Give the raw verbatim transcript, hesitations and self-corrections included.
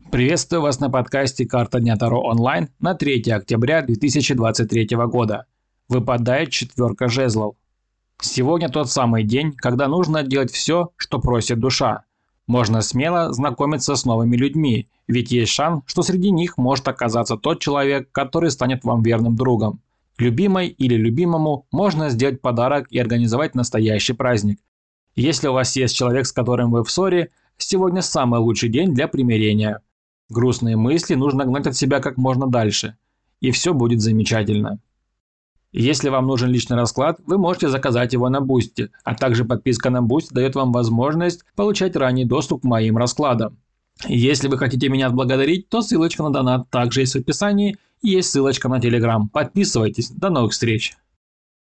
Приветствую вас на подкасте «Карта дня Таро онлайн» на третье октября две тысячи двадцать третьего года. Выпадает четверка жезлов. Сегодня тот самый день, когда нужно делать все, что просит душа. Можно смело знакомиться с новыми людьми, ведь есть шанс, что среди них может оказаться тот человек, который станет вам верным другом. Любимой или любимому можно сделать подарок и организовать настоящий праздник. Если у вас есть человек, с которым вы в ссоре, сегодня самый лучший день для примирения. Грустные мысли нужно гнать от себя как можно дальше, и все будет замечательно. Если вам нужен личный расклад, вы можете заказать его на Бусти, а также подписка на Boosty дает вам возможность получать ранний доступ к моим раскладам. Если вы хотите меня отблагодарить, то ссылочка на донат также есть в описании и есть ссылочка на Telegram. Подписывайтесь. До новых встреч!